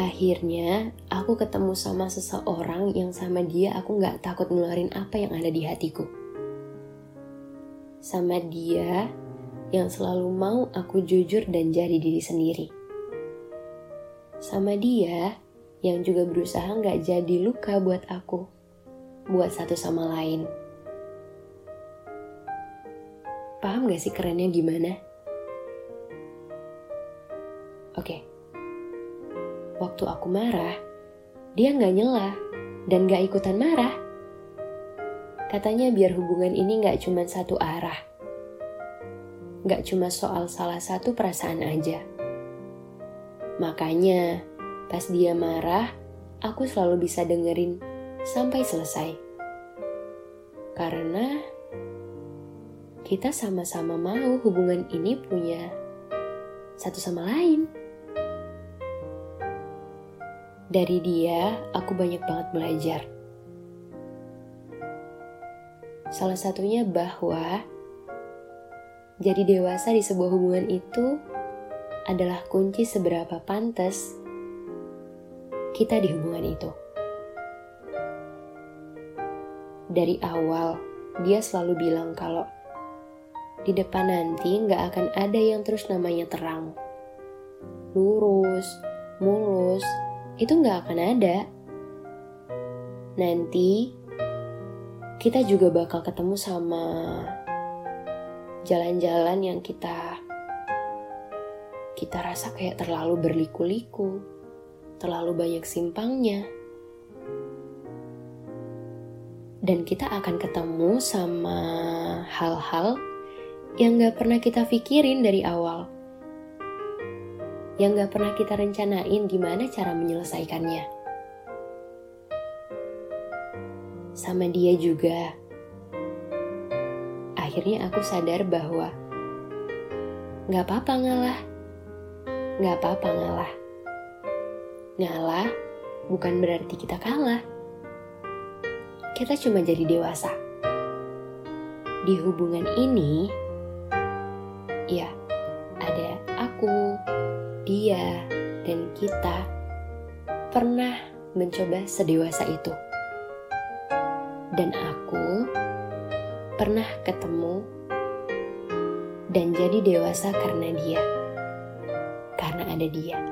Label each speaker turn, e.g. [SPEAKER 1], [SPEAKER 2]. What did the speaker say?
[SPEAKER 1] Akhirnya aku ketemu sama seseorang yang sama dia aku gak takut ngeluarin apa yang ada di hatiku. Sama dia yang selalu mau aku jujur dan jadi diri sendiri. Sama dia yang juga berusaha gak jadi luka buat aku, buat satu sama lain. Paham gak sih kerennya gimana? Oke. Waktu aku marah, dia gak nyela dan gak ikutan marah. Katanya biar hubungan ini gak cuma satu arah. Gak cuma soal salah satu perasaan aja. Makanya, pas dia marah, aku selalu bisa dengerin sampai selesai. Karena kita sama-sama mau hubungan ini punya satu sama lain. Dari dia, aku banyak banget belajar. Salah satunya bahwa jadi dewasa di sebuah hubungan itu adalah kunci seberapa pantas kita di hubungan itu. Dari awal, dia selalu bilang kalau di depan nanti gak akan ada yang terus namanya terang. Lurus, mulus, itu gak akan ada. Nanti kita juga bakal ketemu sama jalan-jalan yang kita rasa kayak terlalu berliku-liku, terlalu banyak simpangnya. Dan kita akan ketemu sama hal-hal yang gak pernah kita pikirin dari awal, yang gak pernah kita rencanain gimana cara menyelesaikannya. Sama dia juga. Akhirnya aku sadar bahwa gak apa-apa ngalah. Gak apa-apa ngalah. Ngalah bukan berarti kita kalah. Kita cuma jadi dewasa. Di hubungan ini, ya, ada aku, dia, dan kita pernah mencoba sedewasa itu. Dan aku pernah ketemu dan jadi dewasa karena dia. Karena ada dia.